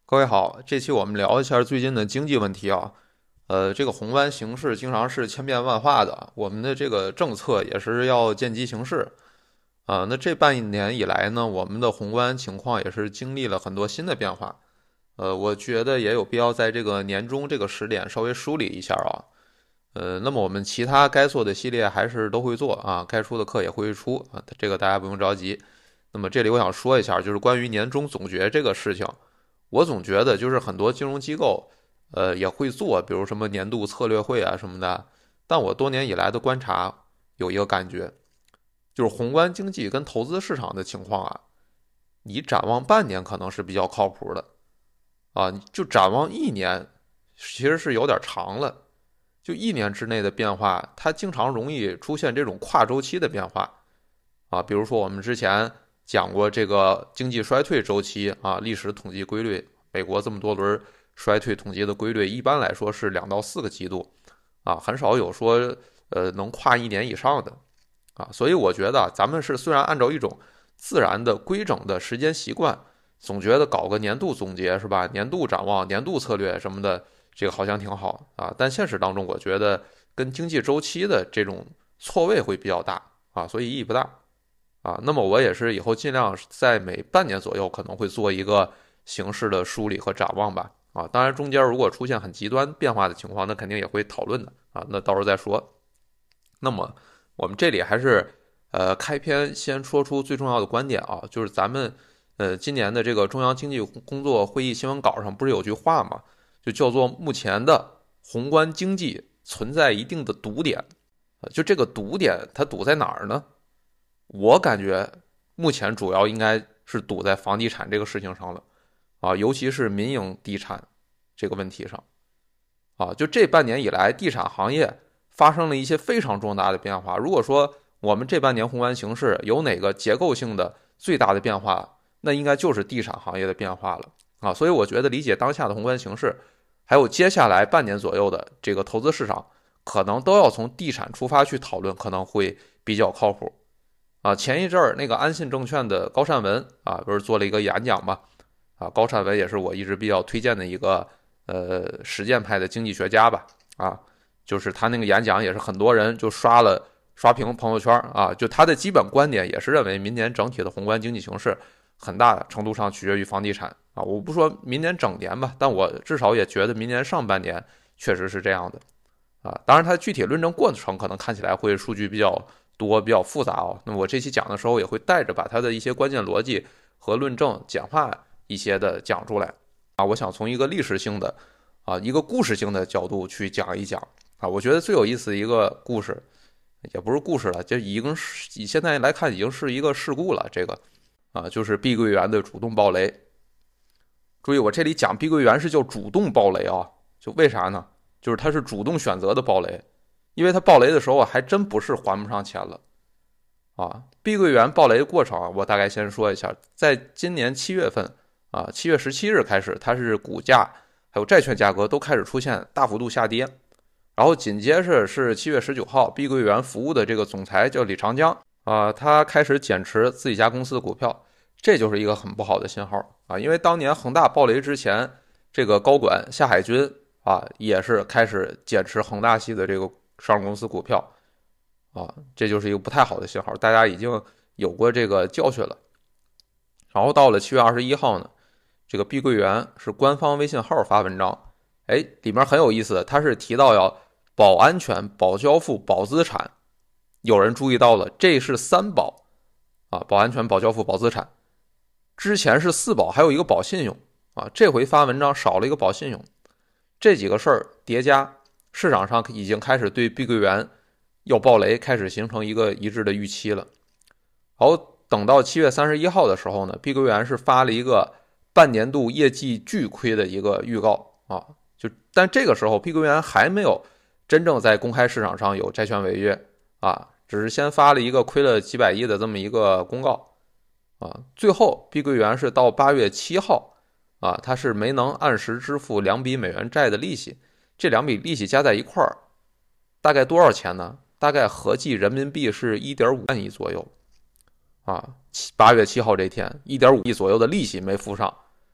各位好，这期我们聊一下最近的经济问题啊。这个宏观形势经常是千变万化的，我们的这个政策也是要见机行事啊。那这半年以来呢，我们的宏观情况也是经历了很多新的变化。我觉得也有必要在这个年终这个时点稍微梳理一下啊。那么我们其他该做的系列还是都会做啊，该出的课也会出啊，这个大家不用着急。那么这里我想说一下，就是关于年终总结这个事情。我总觉得就是很多金融机构，也会做，比如什么年度策略会啊什么的。但我多年以来的观察有一个感觉，就是宏观经济跟投资市场的情况啊，你展望半年可能是比较靠谱的啊，就展望一年其实是有点长了。就一年之内的变化，它经常容易出现这种跨周期的变化啊，比如说我们之前讲过这个经济衰退周期啊，历史统计规律，美国这么多轮衰退统计的规律，一般来说是2到4个季度啊，很少有说能跨一年以上的啊，所以我觉得咱们是虽然按照一种自然的规整的时间习惯，总觉得搞个年度总结是吧？年度展望、年度策略什么的，这个好像挺好啊，但现实当中我觉得跟经济周期的这种错位会比较大啊，所以意义不大。啊，那么我也是以后尽量在每半年左右可能会做一个形势的梳理和展望吧。啊，当然中间如果出现很极端变化的情况，那肯定也会讨论的啊。那到时候再说。那么我们这里还是开篇先说出最重要的观点啊，就是咱们今年的这个中央经济工作会议新闻稿上不是有句话吗？就叫做目前的宏观经济存在一定的堵点，就这个堵点它堵在哪儿呢？我感觉目前主要应该是堵在房地产这个事情上了啊，尤其是民营地产这个问题上啊。就这半年以来，地产行业发生了一些非常重大的变化。如果说我们这半年宏观形势有哪个结构性的最大的变化，那应该就是地产行业的变化了啊。所以我觉得理解当下的宏观形势，还有接下来半年左右的这个投资市场，可能都要从地产出发去讨论，可能会比较靠谱。啊，前一阵儿那个安信证券的高善文啊，不是做了一个演讲嘛？啊，高善文也是我一直比较推荐的一个实践派的经济学家吧？啊，就是他那个演讲也是很多人就刷屏朋友圈啊，就他的基本观点也是认为明年整体的宏观经济形势很大程度上取决于房地产啊。我不说明年整年吧，但我至少也觉得明年上半年确实是这样的啊。当然，它具体论证过程可能看起来会数据比较多比较复杂哦。那么我这期讲的时候也会带着把它的一些关键逻辑和论证简化一些的讲出来啊。我想从一个历史性的一个故事性的角度去讲一讲啊。我觉得最有意思的一个故事，也不是故事了，就已经是以现在来看已经是一个事故了。这个啊，就是碧桂园的主动暴雷。注意，我这里讲碧桂园是叫主动暴雷啊，就为啥呢？就是它是主动选择的暴雷。因为它暴雷的时候还真不是还不上钱了啊。碧桂园暴雷的过程啊，我大概先说一下。在今年7月份啊，7月17日开始，它是股价还有债券价格都开始出现大幅度下跌。然后紧接着是7月19号，碧桂园服务的这个总裁叫李长江啊，他开始减持自己家公司的股票，这就是一个很不好的信号啊。因为当年恒大暴雷之前，这个高管夏海军啊也是开始减持恒大系的这个上市公司股票啊，这就是一个不太好的信号，大家已经有过这个教训了。然后到了7月21号呢，这个碧桂园是官方微信号发文章，哎，里面很有意思，它是提到要保安全、保交付、保资产。有人注意到了，这是3保啊，保安全、保交付、保资产。之前是4保，还有一个保信用啊，这回发文章少了一个保信用。这几个事儿叠加，市场上已经开始对碧桂园要暴雷开始形成一个一致的预期了。然后等到7月31号的时候呢，碧桂园是发了一个半年度业绩巨亏的一个预告啊，但这个时候碧桂园还没有真正在公开市场上有债券违约啊，只是先发了一个亏了几百亿的这么一个公告啊。最后碧桂园是到8月7号啊，它是没能按时支付2笔美元债的利息，这2笔利息加在一块儿，大概多少钱呢？大概合计人民币是1.5万亿左右啊。8月7号这天，1.5亿左右的利息没付上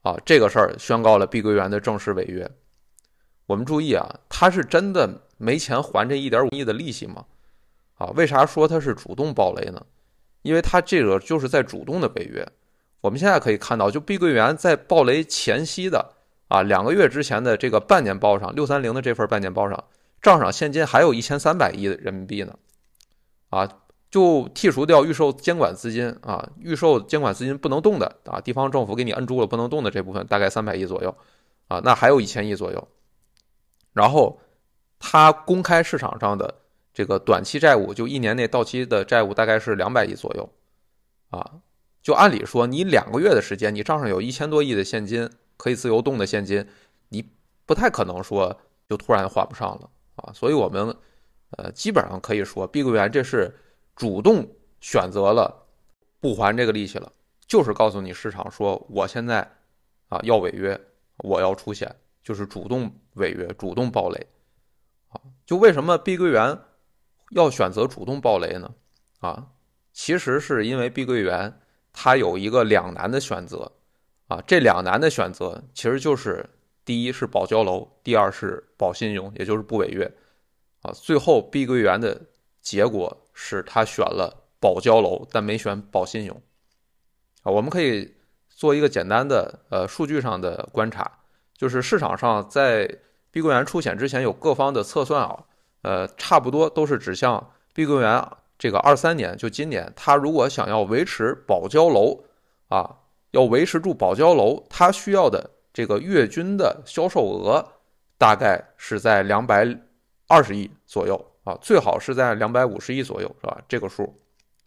啊，这个事儿宣告了碧桂园的正式违约。我们注意啊，他是真的没钱还这1.5亿的利息吗？啊，为啥说他是主动暴雷呢？因为他这个就是在主动的违约。我们现在可以看到，就碧桂园在暴雷前夕的2个月之前的这个半年报上，630的这份半年报上，账上现金还有1300亿人民币呢。就剔除掉预售监管资金预售监管资金不能动的地方政府给你摁住了不能动的这部分，大概300亿左右那还有1000亿左右。然后它公开市场上的这个短期债务，就1年内到期的债务大概是200亿左右就按理说你2个月的时间，你账上有1000多亿的现金，可以自由动的现金，你不太可能说就突然还不上了所以我们基本上可以说碧桂园这是主动选择了不还这个利息了，就是告诉你市场说我现在要违约，我要出险，就是主动违约，主动暴雷就为什么碧桂园要选择主动暴雷呢？其实是因为碧桂园它有一个两难的选择这两难的选择其实就是第一是保交楼，第二是保信用，也就是不违约最后碧桂园的结果是他选了保交楼，但没选保信用我们可以做一个简单的数据上的观察，就是市场上在碧桂园出险之前有各方的测算差不多都是指向碧桂园这个23年，就今年，它如果想要维持保交楼要维持住保交楼，它需要的这个月均的销售额大概是在220亿左右最好是在250亿左右，是吧？这个数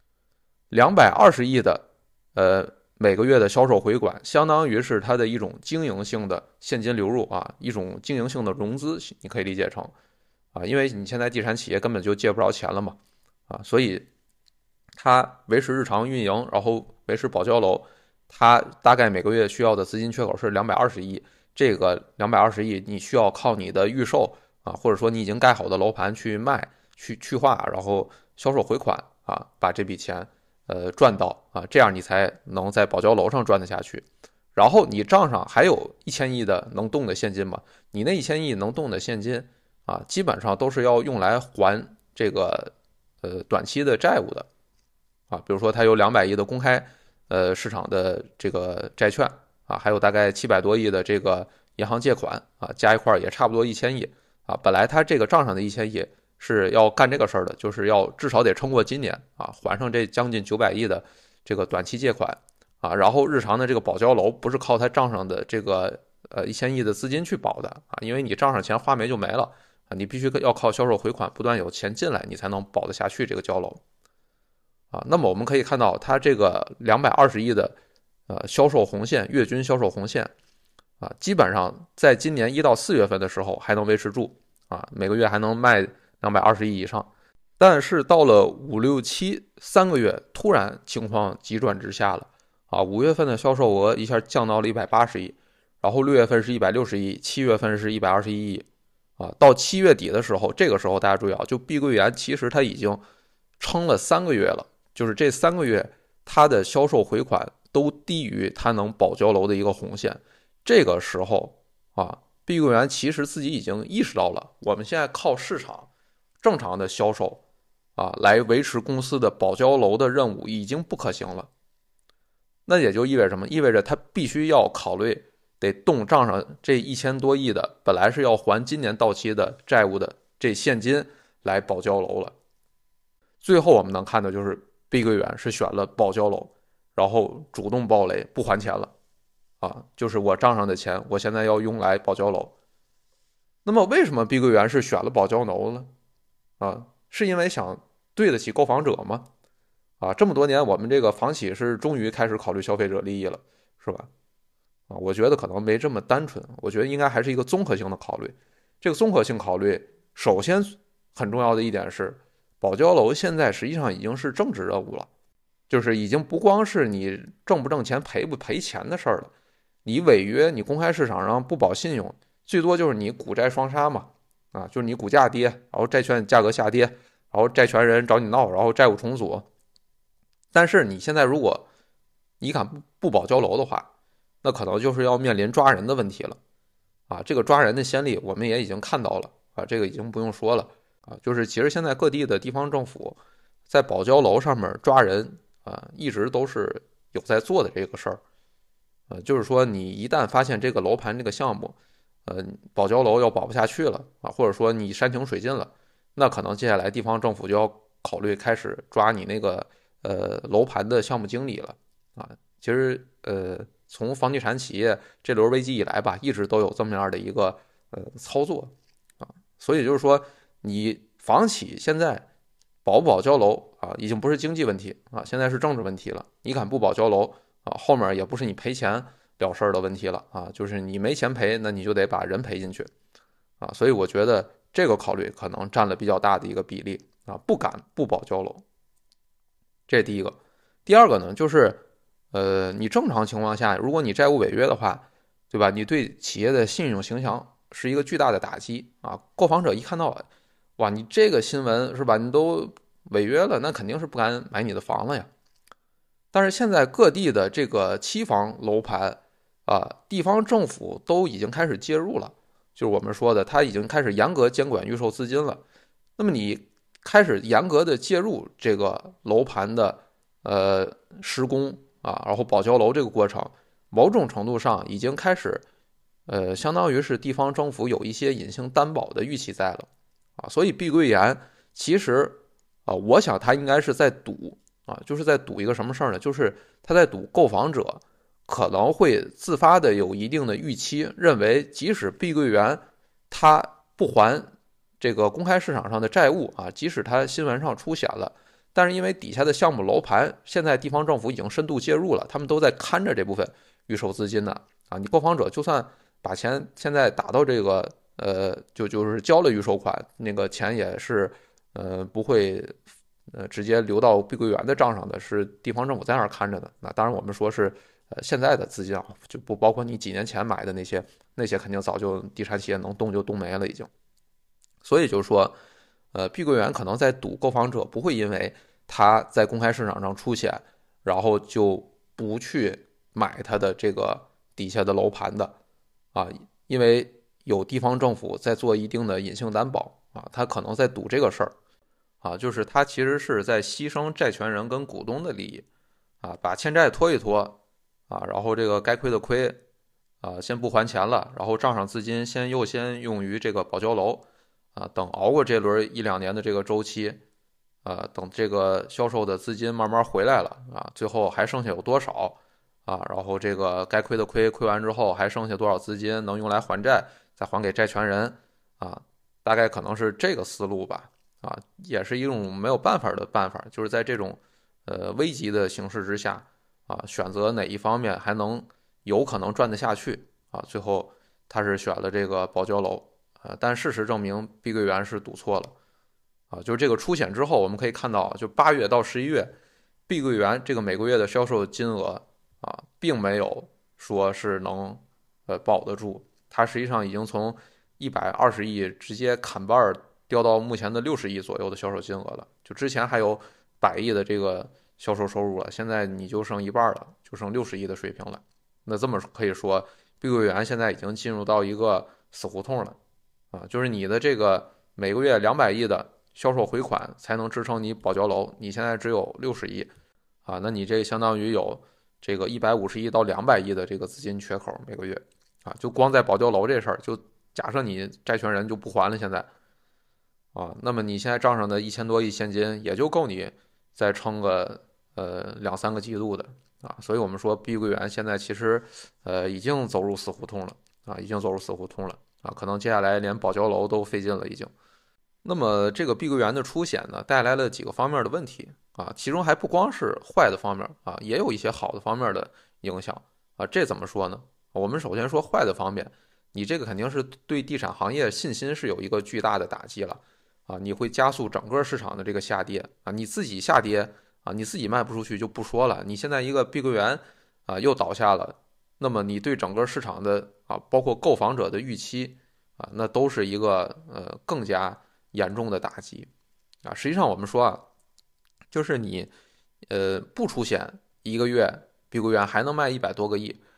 220亿的每个月的销售回管，相当于是它的一种经营性的现金流入一种经营性的融资，你可以理解成因为你现在地产企业根本就借不着钱了嘛所以它维持日常运营，然后维持保交楼，它大概每个月需要的资金缺口是220亿，这个220亿你需要靠你的预售或者说你已经盖好的楼盘去卖去化，然后销售回款把这笔钱赚到这样你才能在保交楼上赚得下去。然后你账上还有1000亿的能动的现金嘛？你那1000亿能动的现金基本上都是要用来还这个短期的债务的比如说它有200亿的公开市场的这个债券还有大概700多亿的这个银行借款加一块也差不多1000亿本来它这个账上的1000亿是要干这个事儿的，就是要至少得撑过今年还上这将近900亿的这个短期借款然后日常的这个保交楼不是靠它账上的这个1000亿的资金去保的因为你账上钱花没就没了你必须要靠销售回款不断有钱进来，你才能保得下去这个交楼那么我们可以看到它这个220亿的销售红线，月均销售红线基本上在今年1到4月份的时候还能维持住每个月还能卖220亿以上，但是到了5、6、7 3个月，突然情况急转直下了5月份的销售额一下降到了180亿，然后6月份是160亿，7月份是121亿到7月底的时候，这个时候大家注意就碧桂园其实它已经撑了3个月了，就是这3个月它的销售回款都低于它能保交楼的一个红线。这个时候碧桂园其实自己已经意识到了，我们现在靠市场正常的销售来维持公司的保交楼的任务已经不可行了。那也就意味着什么？意味着它必须要考虑得动账上这1000多亿的本来是要还今年到期的债务的这现金来保交楼了。最后我们能看的就是碧桂园是选了保交楼，然后主动暴雷不还钱了就是我账上的钱我现在要用来保交楼。那么为什么碧桂园是选了保交楼呢是因为想对得起购房者吗？这么多年我们这个房企是终于开始考虑消费者利益了，是吧？我觉得可能没这么单纯，我觉得应该还是一个综合性的考虑。这个综合性考虑首先很重要的一点是，保交楼现在实际上已经是政治任务了，就是已经不光是你挣不挣钱赔不赔钱的事儿了。你违约你公开市场上不保信用，最多就是你股债双杀嘛就是你股价跌，然后债券价格下跌，然后债权人找你闹，然后债务重组。但是你现在如果你敢不保交楼的话， 那可能就是要面临抓人的问题了啊。这个抓人的先例我们也已经看到了啊，这个已经不用说了啊。就是其实现在各地的地方政府在保交楼上面抓人啊，一直都是有在做的这个事儿。就是说你一旦发现这个楼盘这个项目，保交楼要保不下去了啊，或者说你山穷水尽了，那可能接下来地方政府就要考虑开始抓你那个楼盘的项目经理了啊。其实从房地产企业这轮危机以来吧，一直都有这么样的一个操作啊。所以就是说，你房企现在保不保交楼啊，已经不是经济问题啊，现在是政治问题了。你敢不保交楼啊，后面也不是你赔钱了事儿的问题了啊，就是你没钱赔，那你就得把人赔进去啊。所以我觉得这个考虑可能占了比较大的一个比例啊，不敢不保交楼，这是第一个。第二个呢，就是你正常情况下，如果你债务违约的话，对吧？你对企业的信用形象是一个巨大的打击啊。购房者一看到，哇，你这个新闻是吧？你都违约了，那肯定是不敢买你的房了呀。但是现在各地的这个期房楼盘啊，地方政府都已经开始介入了，就是我们说的，它已经开始严格监管预售资金了。那么你开始严格的介入这个楼盘的施工啊，然后保交楼这个过程，某种程度上已经开始相当于是地方政府有一些隐性担保的预期在了啊。所以碧桂园其实啊，我想他应该是在赌啊，就是在赌一个什么事儿呢？就是他在赌购房者可能会自发的有一定的预期，认为即使碧桂园他不还这个公开市场上的债务啊，即使他新闻上出现了，但是因为底下的项目楼盘现在地方政府已经深度介入了，他们都在看着这部分预售资金呢啊，你购房者就算把钱现在打到这个就是交了预售款，那个钱也是不会直接流到碧桂园的账上的，是地方政府在那儿看着的。那当然我们说是现在的资金啊，就不包括你几年前买的那些肯定早就地产企业能动就动没了已经。所以就是说，碧桂园可能在赌购房者不会因为他在公开市场上出现，然后就不去买他的这个底下的楼盘的啊，因为有地方政府在做一定的隐性担保啊，他可能在赌这个事儿啊，就是他其实是在牺牲债权人跟股东的利益啊，把欠债拖一拖啊，然后这个该亏的亏啊，先不还钱了，然后账上资金优先用于这个保交楼啊，等熬过这轮1-2年的这个周期等这个销售的资金慢慢回来了啊，最后还剩下有多少啊？然后这个该亏的亏完之后，还剩下多少资金能用来还债，再还给债权人啊？大概可能是这个思路吧啊，也是一种没有办法的办法，就是在这种危急的形势之下啊，选择哪一方面还能有可能赚得下去啊？最后他是选了这个保交楼但事实证明碧桂园是赌错了。啊，就是这个出险之后，我们可以看到，就8月到11月，碧桂园这个每个月的销售金额啊，并没有说是能保得住，它实际上已经从120亿直接砍半掉到目前的60亿左右的销售金额了。就之前还有100亿的这个销售收入了，现在你就剩一半了，就剩60亿的水平了。那这么可以说，碧桂园现在已经进入到一个死胡同了啊，就是你的这个每个月200亿的销售回款才能支撑你保交楼，你现在只有60亿啊，那你这相当于有这个150亿到200亿的这个资金缺口每个月啊，就光在保交楼这事儿，就假设你债权人就不还了现在啊，那么你现在账上的1000多亿现金也就够你再撑个2-3个季度的啊，所以我们说碧桂园现在其实已经走入死胡同了啊，已经走入死胡同了啊，可能接下来连保交楼都费劲了已经。那么这个碧桂园的出险呢，带来了几个方面的问题啊，其中还不光是坏的方面啊，也有一些好的方面的影响啊。这怎么说呢？我们首先说坏的方面，你这个肯定是对地产行业信心是有一个巨大的打击了啊，你会加速整个市场的这个下跌啊，你自己下跌啊，你自己卖不出去就不说了，你现在一个碧桂园啊又倒下了，那么你对整个市场的啊，包括购房者的预期啊，那都是一个更加严重的打击啊！实际上我们说啊，就是你不出险1个月，碧桂园还能卖100多个亿，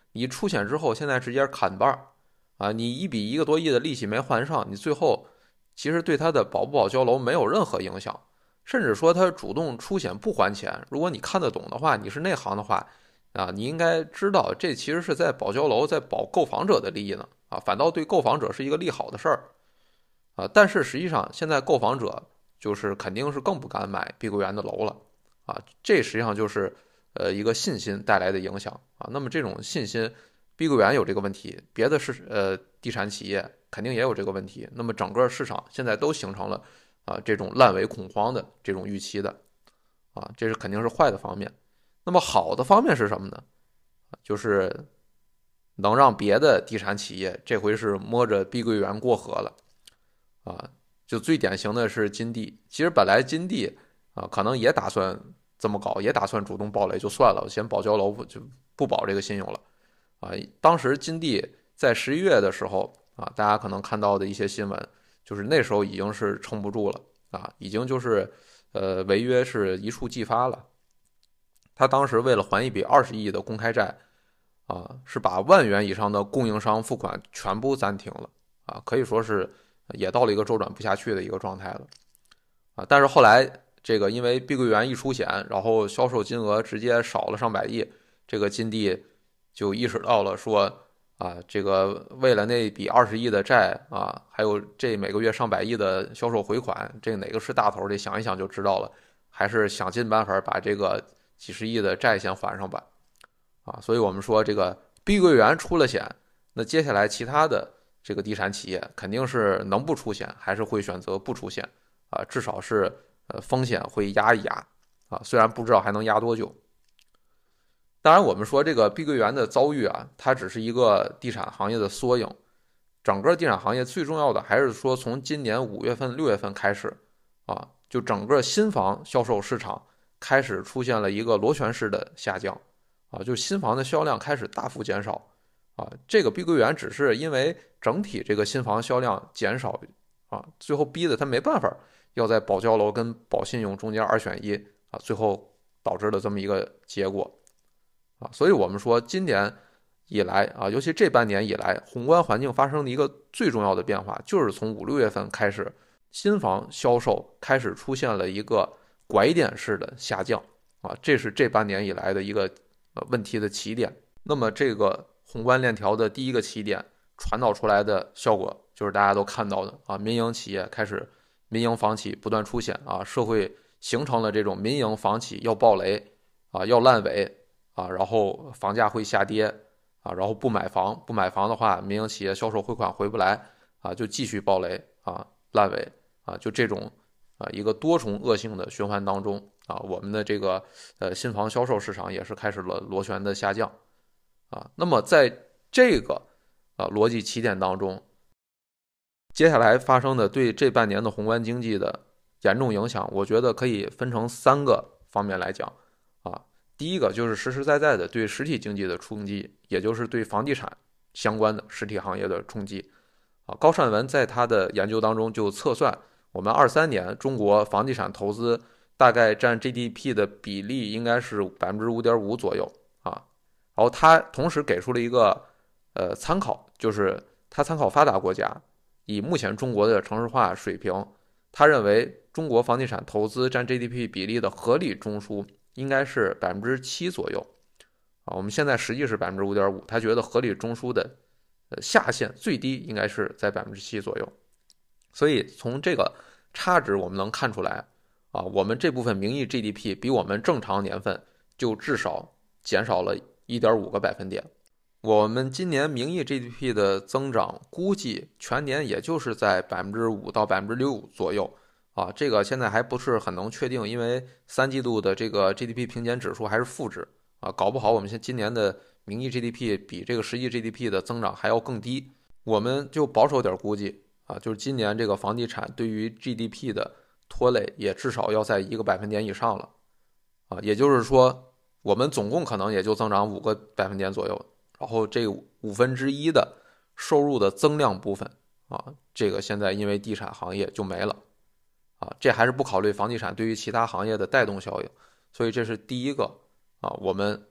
你出险之后现在直接砍半啊，你1笔1个多亿的利息没还上，你最后其实对他的保不保交楼没有任何影响，甚至说他主动出险不还钱，如果你看得懂的话，你是内行的话啊，你应该知道这其实是在保交楼，在保购房者的利益呢啊，反倒对购房者是一个利好的事儿啊。但是实际上现在购房者就是肯定是更不敢买碧桂园的楼了啊，这实际上就是一个信心带来的影响啊。那么这种信心，碧桂园有这个问题，别的地产企业肯定也有这个问题。那么整个市场现在都形成了这种烂尾恐慌的这种预期的啊，这是肯定是坏的方面。那么好的方面是什么呢？就是能让别的地产企业这回是摸着碧桂园过河了啊。就最典型的是金地，其实本来金地啊可能也打算这么搞，也打算主动爆雷就算了，先保交楼就不保这个信用了啊。当时金地在11月的时候啊，大家可能看到的一些新闻，就是那时候已经是撑不住了啊，已经就是违约是一触即发了。他当时为了还一笔20亿的公开债啊，是把1万元以上的供应商付款全部暂停了啊，可以说是也到了一个周转不下去的一个状态了啊。但是后来这个因为碧桂园一出险，然后销售金额直接少了上百亿，这个金地就意识到了说啊，这个为了那笔20亿的债啊，还有这每个月上百亿的销售回款，这哪个是大头？这想一想就知道了，还是想尽办法把这个几十亿的债先还上吧啊。所以我们说这个碧桂园出了险，那接下来其他的这个地产企业肯定是能不出险还是会选择不出险啊，至少是风险会压一压啊，虽然不知道还能压多久。当然我们说这个碧桂园的遭遇啊，它只是一个地产行业的缩影，整个地产行业最重要的还是说从今年5月份6月份开始啊，就整个新房销售市场开始出现了一个螺旋式的下降啊，就新房的销量开始大幅减少啊。这个碧桂园只是因为整体这个新房销量减少啊，最后逼得他没办法要在保交楼跟保信用中间2选1啊，最后导致了这么一个结果啊。所以我们说今年以来啊，尤其这半年以来，宏观环境发生的一个最重要的变化，就是从5、6月份开始，新房销售开始出现了一个拐点式的下降啊，这是这半年以来的一个问题的起点。那么这个宏观链条的第一个起点传导出来的效果，就是大家都看到的啊，民营企业开始，民营房企不断出现啊，社会形成了这种民营房企要爆雷啊，要烂尾啊，然后房价会下跌啊，然后不买房的话，民营企业销售回款回不来啊，就继续爆雷啊，烂尾啊，就这种啊一个多重恶性的循环当中啊，我们的这个新房销售市场也是开始了螺旋的下降啊。那么在这个逻辑起点当中，接下来发生的对这半年的宏观经济的严重影响，我觉得可以分成3个方面来讲啊。第一个就是实实在在的对实体经济的冲击，也就是对房地产相关的实体行业的冲击啊。高善文在他的研究当中就测算，我们23年中国房地产投资大概占 GDP 的比例应该是5.5%左右啊。然后他同时给出了一个参考，就是他参考发达国家，以目前中国的城市化水平，他认为中国房地产投资占 GDP 比例的合理中枢应该是7%左右啊。我们现在实际是5.5%，他觉得合理中枢的下限最低应该是在7%左右。所以从这个差值我们能看出来啊，我们这部分名义 GDP 比我们正常年份就至少减少了1.5个百分点。我们今年名义 GDP 的增长估计全年也就是在5%到6%左右啊，这个现在还不是很能确定，因为3季度的这个 GDP 平减指数还是负值啊，搞不好我们今年的名义 GDP 比这个实际 GDP 的增长还要更低。我们就保守点估计啊，就是今年这个房地产对于 GDP 的拖累也至少要在1个百分点以上了啊，也就是说我们总共可能也就增长5个百分点左右。然后这1/5的收入的增量部分啊，这个现在因为地产行业就没了啊，这还是不考虑房地产对于其他行业的带动效应，所以这是第一个啊，我们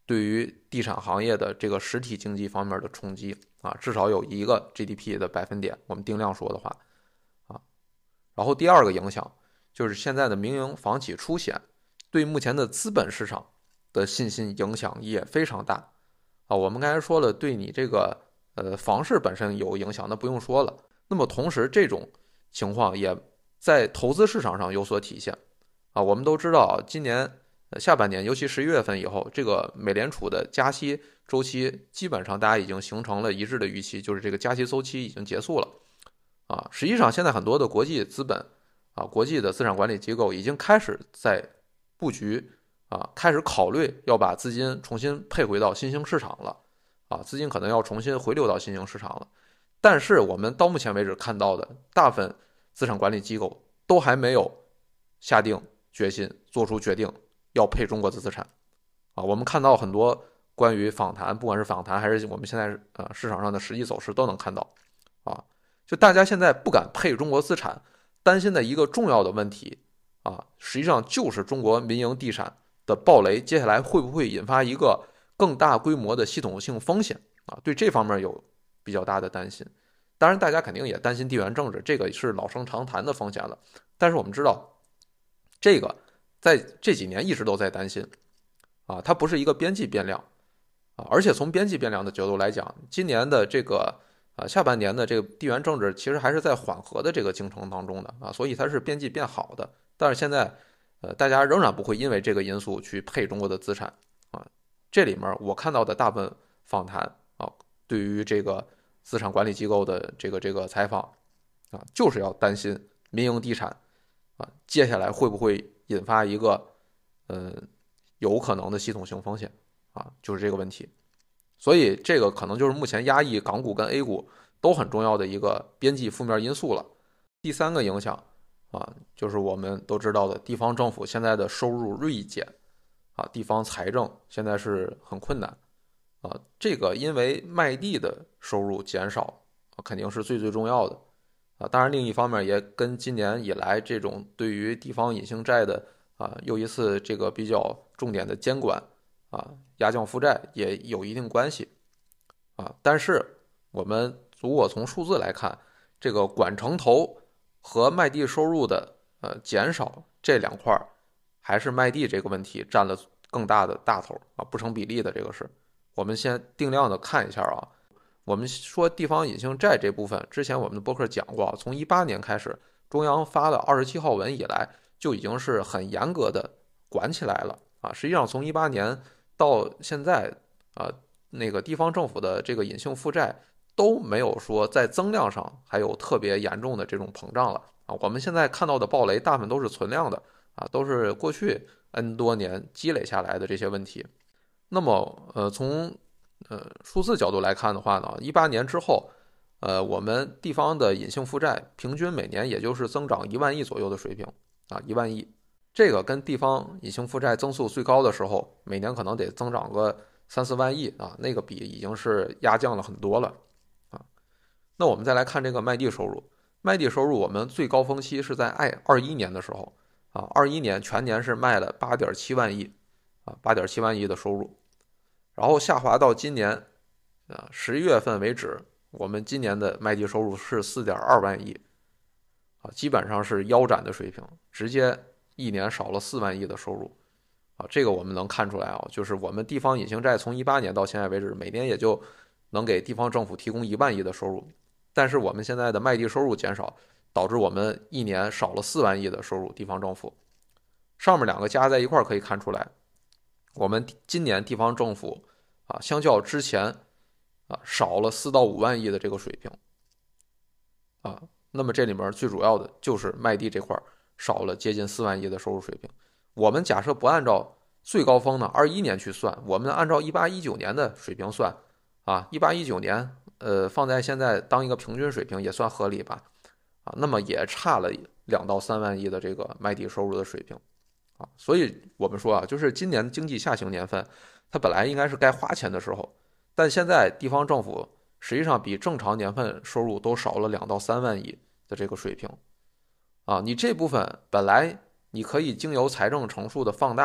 对于地产行业的这个实体经济方面的冲击啊，至少有1个 GDP 的百分点，我们定量说的话啊。然后第2个影响就是现在的民营房企出险，对目前的资本市场的信心影响也非常大啊。我们刚才说了，对你这个房市本身有影响，那不用说了。那么同时，这种情况也在投资市场上有所体现啊。我们都知道，今年下半年，尤其11月份以后，这个美联储的加息周期基本上大家已经形成了一致的预期，就是这个加息周期已经结束了啊。实际上，现在很多的国际资本啊，国际的资产管理机构已经开始在布局啊，开始考虑要把资金重新配回到新兴市场了啊，资金可能要重新回流到新兴市场了。但是我们到目前为止看到的大部分资产管理机构都还没有下定决心做出决定要配中国的资产啊。我们看到很多关于访谈，不管是访谈还是我们现在市场上的实际走势都能看到啊，就大家现在不敢配中国资产，担心的一个重要的问题啊，实际上就是中国民营地产的暴雷接下来会不会引发一个更大规模的系统性风险啊？对这方面有比较大的担心。当然大家肯定也担心地缘政治，这个是老生常谈的风险了。但是我们知道，这个在这几年一直都在担心啊，它不是一个边际变量啊。而且从边际变量的角度来讲，今年的这个下半年的这个地缘政治其实还是在缓和的这个进程当中的啊，所以它是边际变好的。但是现在大家仍然不会因为这个因素去配中国的资产啊。这里面我看到的大部分访谈啊，对于这个资产管理机构的这个采访啊，就是要担心民营地产啊接下来会不会引发一个有可能的系统性风险啊，就是这个问题。所以这个可能就是目前压抑港股跟 A 股都很重要的一个边际负面因素了。第3个影响啊，就是我们都知道的地方政府现在的收入锐减啊，地方财政现在是很困难啊。这个因为卖地的收入减少肯定是最重要的啊。当然另一方面也跟今年以来这种对于地方隐性债的又一次这个比较重点的监管啊，压降负债也有一定关系啊。但是我们如果从数字来看，这个管城投和卖地收入的减少这2块还是卖地这个问题占了更大的大头啊，不成比例的这个是。我们先定量的看一下啊，我们说地方隐性债这部分，之前我们的播客讲过，从18年开始，中央发了27号文以来，就已经是很严格的管起来了啊。实际上从18年到现在啊，那个地方政府的这个隐性负债都没有说在增量上还有特别严重的这种膨胀了啊。我们现在看到的暴雷大部分都是存量的啊，都是过去 N 多年积累下来的这些问题。那么从数字角度来看的话呢，18年之后我们地方的隐性负债平均每年也就是增长1万亿左右的水平啊，1万亿。这个跟地方隐性负债增速最高的时候，每年可能得增长个3、4万亿啊，那个比已经是压降了很多了啊。那我们再来看这个卖地收入，卖地收入我们最高峰期是在21年的时候啊，21年全年是卖了8.7万亿啊，8.7万亿的收入，然后下滑到今年11月份为止，我们今年的卖地收入是4.2万亿啊，基本上是腰斩的水平，直接一年少了4万亿的收入啊。这个我们能看出来啊，就是我们地方隐性债从18年到现在为止，每年也就能给地方政府提供1万亿的收入，但是我们现在的卖地收入减少，导致我们一年少了4万亿的收入，地方政府。上面2个加在一块可以看出来，我们今年地方政府啊，相较之前少了4到5万亿的这个水平啊。那么这里面最主要的就是卖地这块少了接近4万亿的收入水平。我们假设不按照最高峰呢21年去算，我们按照18、19年的水平算啊，18、19年放在现在当一个平均水平也算合理吧啊。那么也差了2到3万亿的这个卖地收入的水平啊。所以我们说啊，就是今年经济下行年份，它本来应该是该花钱的时候，但现在地方政府实际上比正常年份收入都少了2到3万亿的这个水平，啊，你这部分本来你可以经由财政乘数的放大，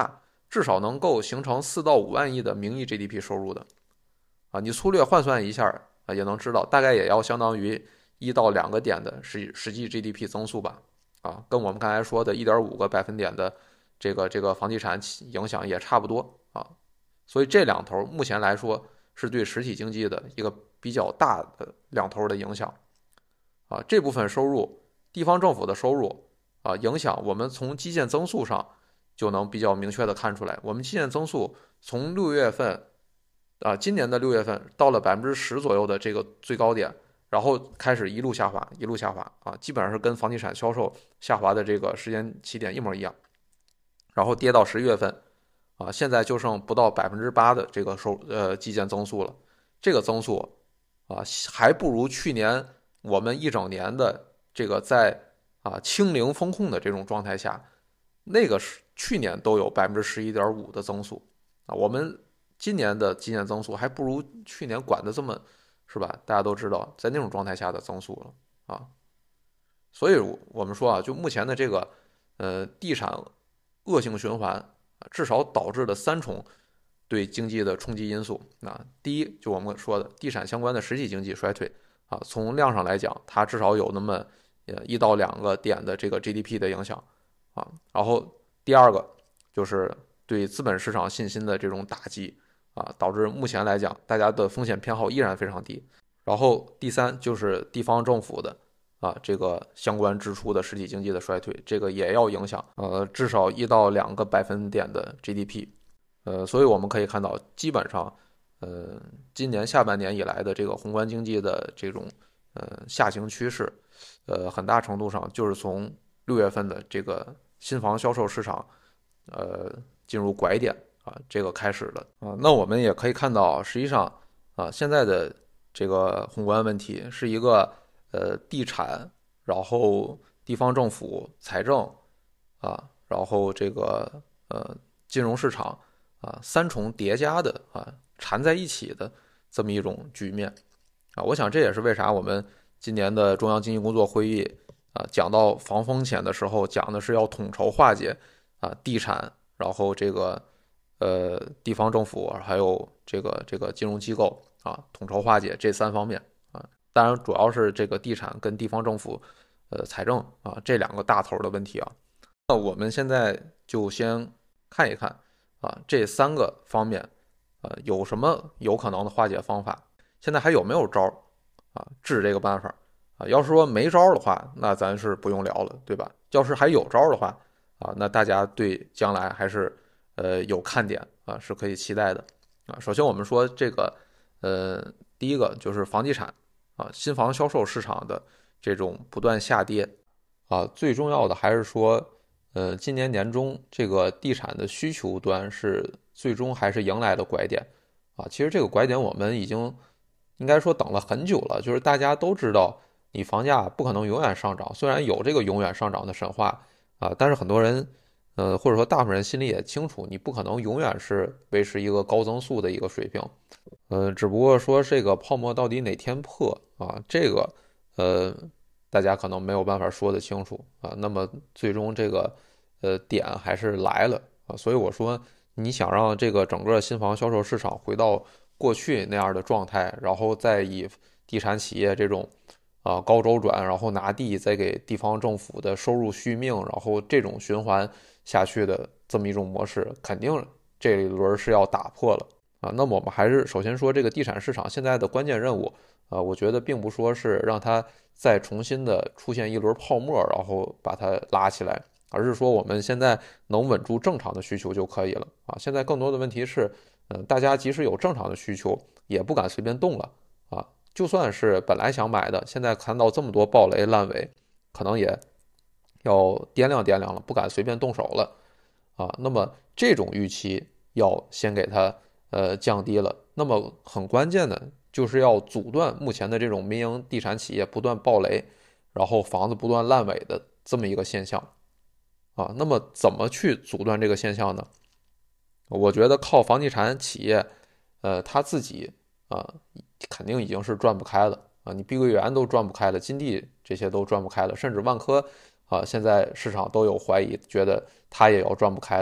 至少能够形成4到5万亿的名义 GDP 收入的啊。你粗略换算一下啊，也能知道大概也要相当于1到2个点的实际 GDP 增速吧啊，跟我们刚才说的1.5个百分点的这个房地产影响也差不多啊。所以这两头目前来说是对实体经济的一个比较大的两头的影响啊。这部分收入，地方政府的收入啊，影响我们从基建增速上就能比较明确的看出来。我们基建增速从6月份啊，今年的6月份到了10%左右的这个最高点，然后开始一路下滑，一路下滑啊，基本上是跟房地产销售下滑的这个时间起点一模一样。然后跌到11月份啊，现在就剩不到8%的这个基建增速了。这个增速啊，还不如去年我们一整年的这个在清零风控的这种状态下，那个是去年都有11.5%的增速啊。我们今年的基建增速还不如去年管的这么，是吧？大家都知道，在那种状态下的增速了啊。所以我们说啊，就目前的这个地产恶性循环，至少导致的3重对经济的冲击因素啊。第一，就我们说的地产相关的实体经济衰退啊，从量上来讲，它至少有那么1到2个点的这个 GDP 的影响啊。然后第二个就是对资本市场信心的这种打击啊，导致目前来讲大家的风险偏好依然非常低。然后第三就是地方政府的这个相关支出的实体经济的衰退，这个也要影响至少1到2个百分点的 GDP。所以我们可以看到，基本上今年下半年以来的这个宏观经济的这种下行趋势，很大程度上就是从6月份的这个新房销售市场进入拐点这个开始的那我们也可以看到，实际上现在的这个宏观问题是一个地产，然后地方政府、财政然后这个金融市场3重叠加的缠在一起的这么一种局面我想这也是为啥我们今年的中央经济工作会议讲到防风险的时候，讲的是要统筹化解地产，然后这个地方政府还有这个金融机构统筹化解这3方面当然主要是这个地产跟地方政府财政这2个大头的问题那我们现在就先看一看这3个方面有什么有可能的化解方法，现在还有没有招治这个办法要是说没招的话，那咱是不用聊了，对吧？要是还有招的话那大家对将来还是有看点是可以期待的首先我们说这个第一个就是房地产新房销售市场的这种不断下跌最重要的还是说今年年中这个地产的需求端是最终还是迎来了拐点其实这个拐点我们已经应该说等了很久了，就是大家都知道你房价不可能永远上涨，虽然有这个永远上涨的神话但是很多人或者说大部分人心里也清楚，你不可能永远是维持一个高增速的一个水平只不过说这个泡沫到底哪天破这个大家可能没有办法说得清楚那么最终这个点还是来了所以我说你想让这个整个新房销售市场回到过去那样的状态，然后再以地产企业这种高周转，然后拿地再给地方政府的收入续命，然后这种循环下去的这么一种模式，肯定这一轮是要打破了那么我们还是首先说这个地产市场现在的关键任务我觉得并不说是让它再重新的出现一轮泡沫，然后把它拉起来，而是说我们现在能稳住正常的需求就可以了现在更多的问题是大家即使有正常的需求也不敢随便动了就算是本来想买的，现在看到这么多暴雷烂尾，可能也要掂量掂量了，不敢随便动手了那么这种预期要先给它降低了，那么很关键的就是要阻断目前的这种民营地产企业不断暴雷，然后房子不断烂尾的这么一个现象那么怎么去阻断这个现象呢？我觉得靠房地产企业他自己肯定已经是转不开了你碧桂园都转不开了，金地这些都转不开了，甚至万科现在市场都有怀疑，觉得它也要转不开的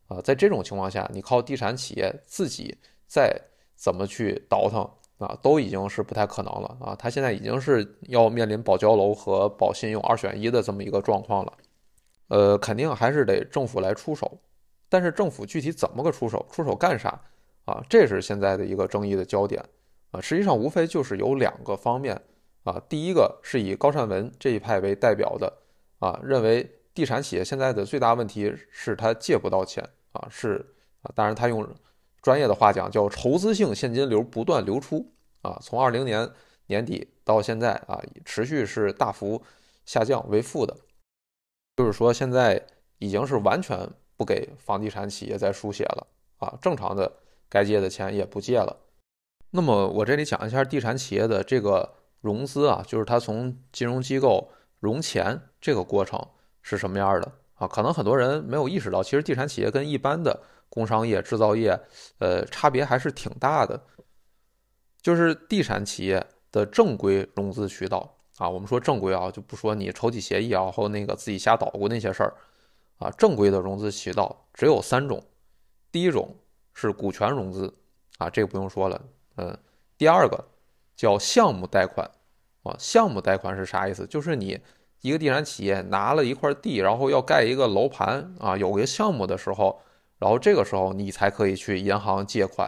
在这种情况下，你靠地产企业自己再怎么去倒腾都已经是不太可能了它现在已经是要面临保交楼和保信用2选1的这么一个状况了。肯定还是得政府来出手，但是政府具体怎么个出手，出手干啥这是现在的一个争议的焦点实际上无非就是有2个方面第一个是以高善文这一派为代表的认为地产企业现在的最大问题是他借不到钱当然他用专业的话讲叫筹资性现金流不断流出从20年年底到现在持续是大幅下降为负的，就是说现在已经是完全不给房地产企业再输血了正常的该借的钱也不借了。那么我这里讲一下地产企业的这个融资就是它从金融机构融钱这个过程是什么样的可能很多人没有意识到，其实地产企业跟一般的工商业、制造业差别还是挺大的。就是地产企业的正规融资渠道我们说正规就不说你筹集协议或那个自己瞎捣鼓那些事儿正规的融资渠道只有3种。第一种是股权融资这个不用说了第二个叫项目贷款项目贷款是啥意思？就是你一个地产企业拿了一块地，然后要盖一个楼盘有个项目的时候，然后这个时候你才可以去银行借款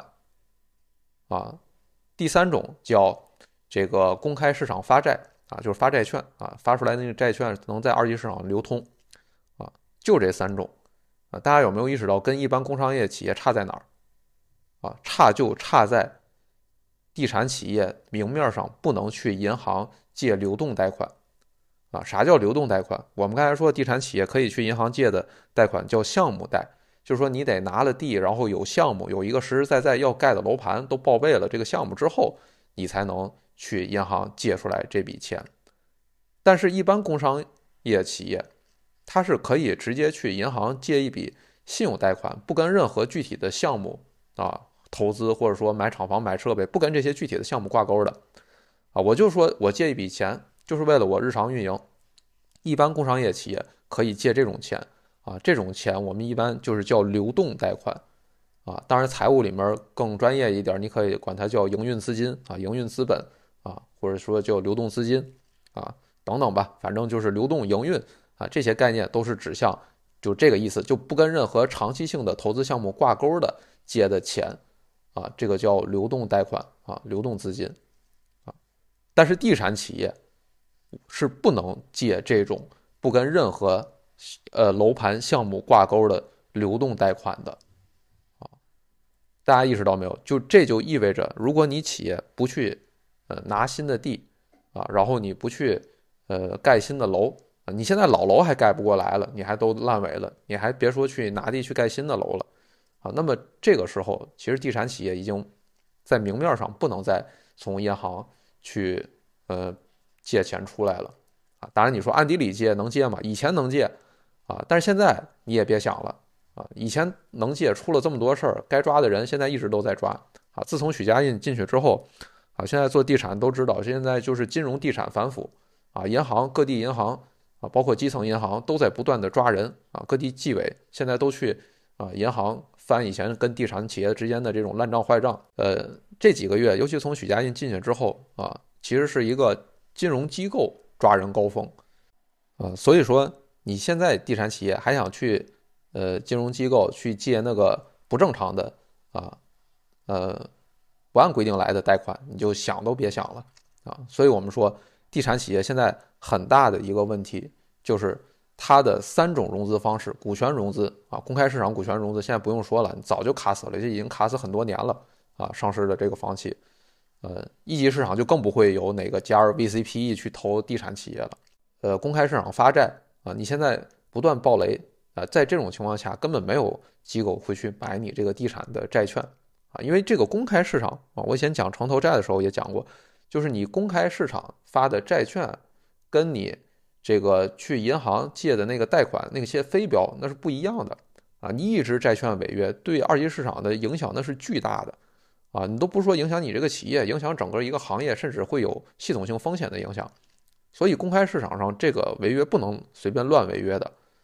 第3种叫这个公开市场发债就是发债券发出来的那个债券能在二级市场流通就这3种大家有没有意识到跟一般工商业企业差在哪儿差就差在地产企业明面上不能去银行借流动贷款啥叫流动贷款？我们刚才说地产企业可以去银行借的贷款叫项目贷，就是说你得拿了地，然后有项目，有一个实实在在要盖的楼盘都报备了这个项目之后，你才能去银行借出来这笔钱。但是一般工商业企业它是可以直接去银行借一笔信用贷款，不跟任何具体的项目投资或者说买厂房买设备，不跟这些具体的项目挂钩的我就说我借一笔钱就是为了我日常运营。一般工商业企业可以借这种钱这种钱我们一般就是叫流动贷款当然财务里面更专业一点，你可以管它叫营运资金营运资本或者说叫流动资金等等吧，反正就是流动营运这些概念都是指向就这个意思，就不跟任何长期性的投资项目挂钩的借的钱这个叫流动贷款流动资金但是地产企业是不能借这种不跟任何楼盘项目挂钩的流动贷款的大家意识到没有？这就意味着，如果你企业不去拿新的地然后你不去盖新的楼你现在老楼还盖不过来了，你还都烂尾了，你还别说去拿地去盖新的楼了那么这个时候，其实地产企业已经在明面上不能再从银行去借钱出来了当然你说暗地里借能借吗？以前能借但是现在你也别想了以前能借出了这么多事儿，该抓的人现在一直都在抓自从许家印进去之后现在做地产都知道，现在就是金融地产反腐银行各地银行包括基层银行都在不断的抓人各地纪委现在都去银行翻以前跟地产企业之间的这种烂账坏账这几个月尤其从许家印进去之后其实是一个金融机构抓人高峰所以说你现在地产企业还想去金融机构去借那个不正常的不按规定来的贷款，你就想都别想了所以我们说地产企业现在很大的一个问题就是它的3种融资方式，股权融资公开市场股权融资现在不用说了，早就卡死了，这已经卡死很多年了上市的这个房企一级市场就更不会有哪个加入 VCPE 去投地产企业了公开市场发债你现在不断爆雷在这种情况下根本没有机构会去买你这个地产的债券因为这个公开市场我以前讲城投债的时候也讲过，就是你公开市场发的债券跟你这个去银行借的那个贷款那些非标那是不一样的你一直债券违约对二级市场的影响那是巨大的你都不说影响你这个企业，影响整个一个行业，甚至会有系统性风险的影响。所以公开市场上这个违约不能随便乱违约的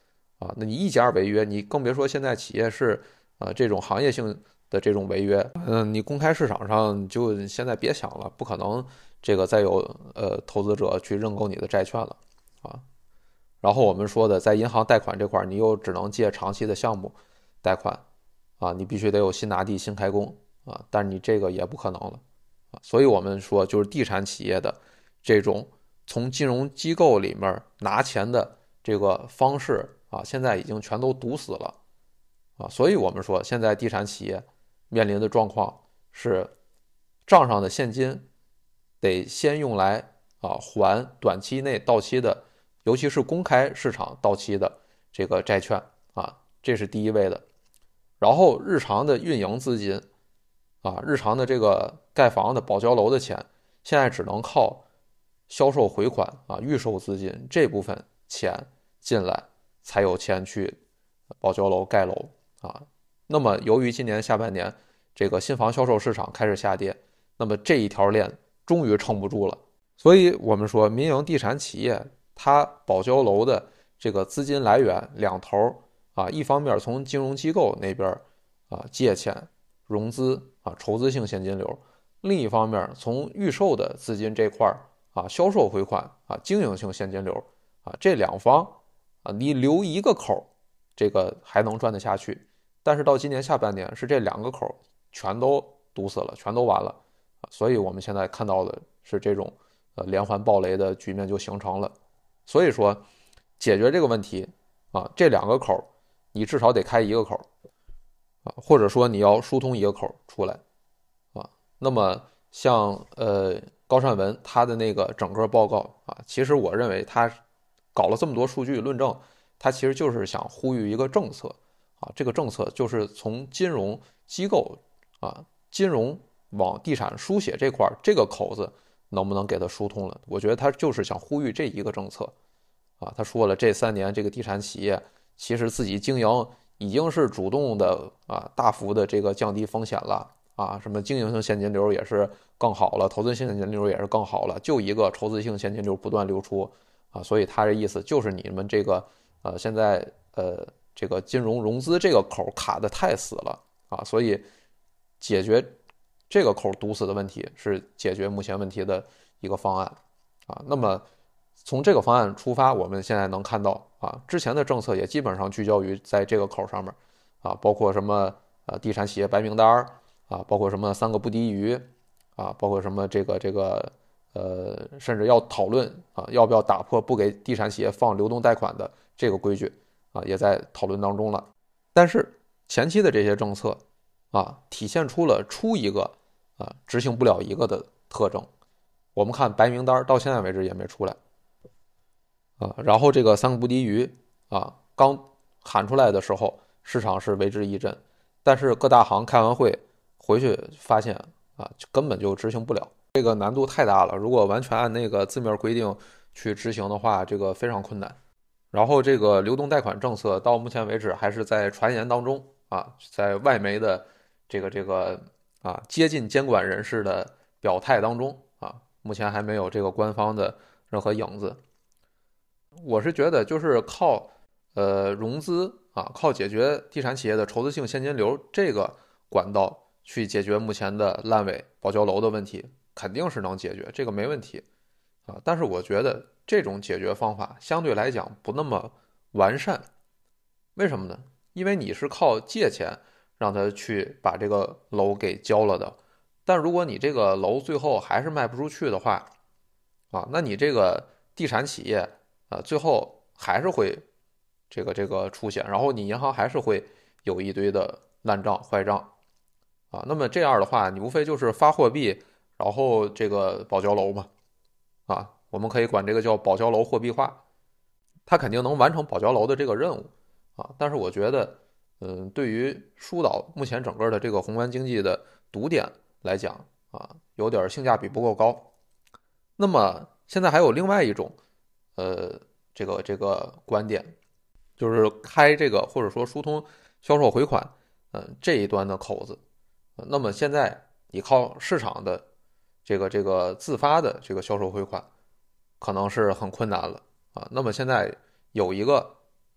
啊。那你一家违约，你更别说现在企业是这种行业性的这种违约，你公开市场上就现在别想了，不可能这个再有投资者去认购你的债券了啊。然后我们说的在银行贷款这块，你又只能借长期的项目贷款啊，你必须得有新拿地、新开工啊，但是你这个也不可能了啊。所以我们说，就是地产企业的这种从金融机构里面拿钱的这个方式啊，现在已经全都堵死了啊。所以我们说，现在地产企业面临的状况是，账上的现金得先用来还短期内到期的，尤其是公开市场到期的这个债券啊，这是第一位的。然后日常的运营资金啊，日常的这个盖房的保交楼的钱，现在只能靠销售回款啊、预售资金这部分钱进来，才有钱去保交楼、盖楼啊。那么由于今年下半年这个新房销售市场开始下跌，那么这一条链终于撑不住了。所以我们说，民营地产企业它保交楼的这个资金来源两头啊，一方面从金融机构那边啊借钱融资啊，筹资性现金流；另一方面从预售的资金这块啊，销售回款啊，经营性现金流啊，这两方啊，你留一个口，这个还能赚得下去。但是到今年下半年，是这两个口全都堵死了，全都完了啊，所以我们现在看到的是这种连环暴雷的局面就形成了。所以说，解决这个问题啊，这两个口你至少得开一个口啊，或者说你要疏通一个口出来啊。那么像高善文他的那个整个报告啊，其实我认为他搞了这么多数据论证，他其实就是想呼吁一个政策啊，这个政策就是从金融机构啊，金融往地产书写这块这个口子能不能给它疏通了？我觉得他就是想呼吁这一个政策啊。他说了，这3年这个地产企业其实自己经营已经是主动的啊，大幅的这个降低风险了啊，什么经营性现金流也是更好了，投资性现金流也是更好了，就一个筹资性现金流不断流出啊，所以他这意思就是你们这个现在这个金融融资这个口卡得太死了啊，所以解决这个口堵死的问题是解决目前问题的一个方案啊。那么从这个方案出发，我们现在能看到啊，之前的政策也基本上聚焦于在这个口上面啊，包括什么地产企业白名单啊，包括什么3个不低于啊，包括什么这个甚至要讨论啊，要不要打破不给地产企业放流动贷款的这个规矩啊，也在讨论当中了。但是前期的这些政策啊，体现出了出一个啊执行不了一个的特征。我们看白名单到现在为止也没出来啊，然后这个3个不低于啊刚喊出来的时候，市场是为之一振，但是各大行开完会回去发现啊，根本就执行不了，这个难度太大了。如果完全按那个字面规定去执行的话，这个非常困难。然后这个流动贷款政策到目前为止还是在传言当中啊，在外媒的这个啊接近监管人士的表态当中啊，目前还没有这个官方的任何影子。我是觉得就是靠融资啊，靠解决地产企业的筹资性现金流这个管道去解决目前的烂尾保交楼的问题，肯定是能解决，这个没问题啊。但是我觉得这种解决方法相对来讲不那么完善，为什么呢？因为你是靠借钱让他去把这个楼给交了的，但如果你这个楼最后还是卖不出去的话啊，那你这个地产企业最后还是会这个出现，然后你银行还是会有一堆的烂账坏账啊。那么这样的话，你无非就是发货币，然后这个保交楼嘛啊，我们可以管这个叫保交楼货币化，它肯定能完成保交楼的这个任务啊。但是我觉得，对于疏导目前整个的这个宏观经济的堵点来讲啊，有点性价比不够高。那么现在还有另外一种这个观点，就是开这个或者说疏通销售回款这一端的口子。那么现在你靠市场的这个自发的这个销售回款可能是很困难了啊。那么现在有一个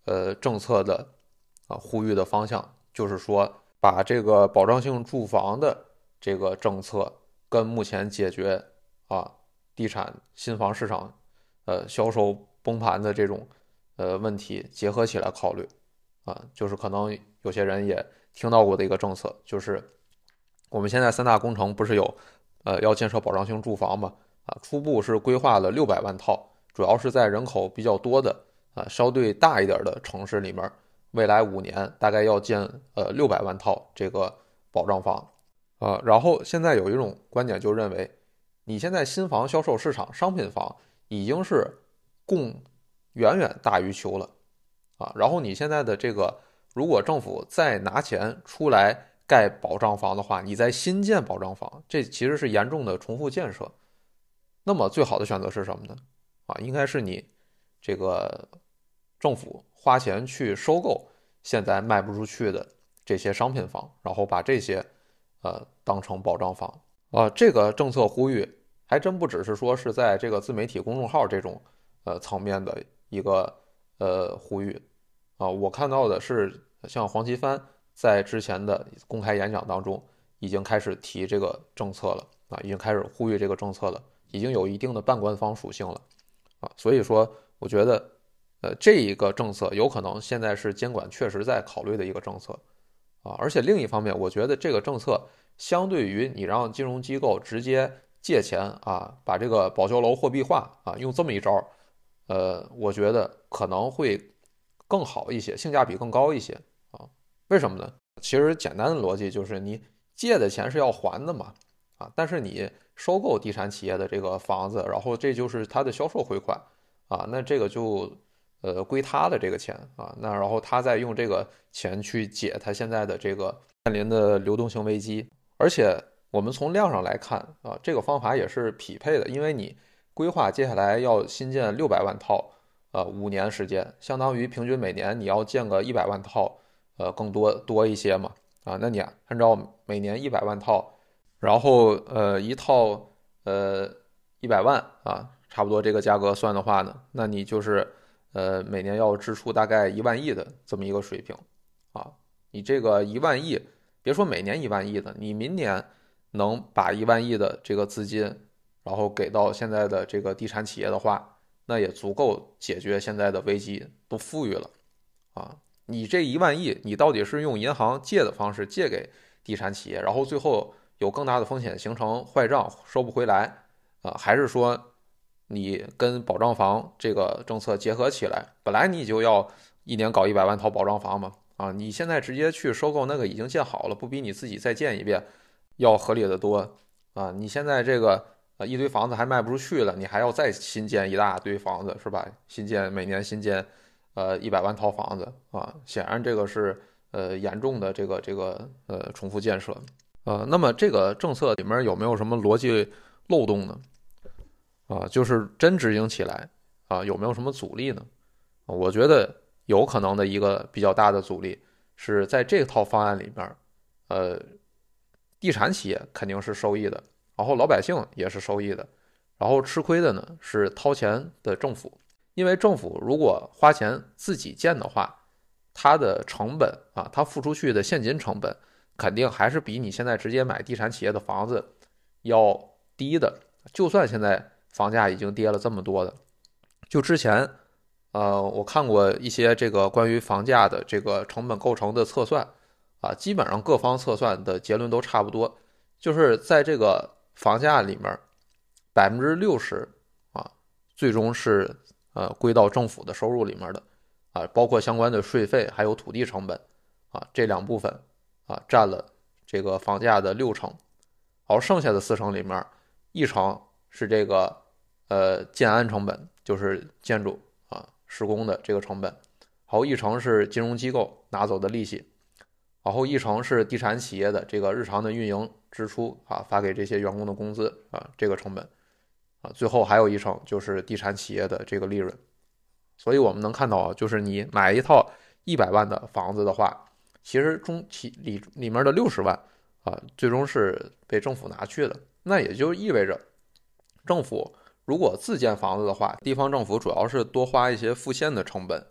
政策的呼吁的方向，就是说把这个保障性住房的这个政策跟目前解决地产新房市场销售崩盘的这种问题结合起来考虑就是可能有些人也听到过的一个政策，就是我们现在3大工程不是有要建设保障性住房嘛初步是规划了600万套，主要是在人口比较多的相对大一点的城市里面，未来5年大概要建600万套这个保障房然后现在有一种观点就认为，你现在新房销售市场商品房已经是供远远大于求了然后你现在的这个如果政府再拿钱出来盖保障房的话，你再新建保障房，这其实是严重的重复建设。那么最好的选择是什么呢应该是你这个政府花钱去收购现在卖不出去的这些商品房，然后把这些当成保障房这个政策呼吁还真不只是说是在这个自媒体公众号这种层面的一个呼吁我看到的是像黄奇帆在之前的公开演讲当中已经开始提这个政策了已经开始呼吁这个政策了，已经有一定的半官方属性了所以说我觉得这一个政策有可能现在是监管确实在考虑的一个政策而且另一方面我觉得这个政策相对于你让金融机构直接借钱把这个保交楼货币化用这么一招我觉得可能会更好一些，性价比更高一些为什么呢？其实简单的逻辑就是你借的钱是要还的嘛但是你收购地产企业的这个房子，然后这就是他的销售回款那这个就归他的这个钱那然后他再用这个钱去解他现在的这个面临的流动性危机，而且我们从量上来看这个方法也是匹配的，因为你规划接下来要新建600万套5年时间，相当于平均每年你要建个100万套更多一些嘛那你按照每年100万套，然后一套100万差不多这个价格算的话呢，那你就是每年要支出大概1万亿的这么一个水平你这个1万亿，别说每年1万亿的，你明年能把1万亿的这个资金，然后给到现在的这个地产企业的话，那也足够解决现在的危机，都富裕了你这1万亿，你到底是用银行借的方式借给地产企业，然后最后有更大的风险形成坏账收不回来还是说你跟保障房这个政策结合起来，本来你就要一年搞100万套保障房嘛你现在直接去收购那个已经建好了，不比你自己再建一遍要合理的多你现在这个一堆房子还卖不出去了，你还要再新建一大堆房子是吧？每年新建100万套房子显然这个是严重的这个重复建设那么这个政策里面有没有什么逻辑漏洞呢就是真执行起来有没有什么阻力呢我觉得有可能的一个比较大的阻力是在这套方案里面地产企业肯定是受益的，然后老百姓也是受益的，然后吃亏的呢是掏钱的政府，因为政府如果花钱自己建的话，它的成本它付出去的现金成本肯定还是比你现在直接买地产企业的房子要低的，就算现在房价已经跌了这么多的，就之前我看过一些这个关于房价的这个成本构成的测算基本上各方测算的结论都差不多，就是在这个房价里面60%最终是归到政府的收入里面的包括相关的税费还有土地成本这两部分占了这个房价的60%，而剩下的40%里面1%是这个建安成本，就是建筑施工的这个成本，还有1%是金融机构拿走的利息，然后1%是地产企业的这个日常的运营支出发给这些员工的工资这个成本最后还有1%就是地产企业的这个利润。所以我们能看到就是你买一套100万的房子的话，其实里面的60万最终是被政府拿去的，那也就意味着政府如果自建房子的话，地方政府主要是多花一些付现的成本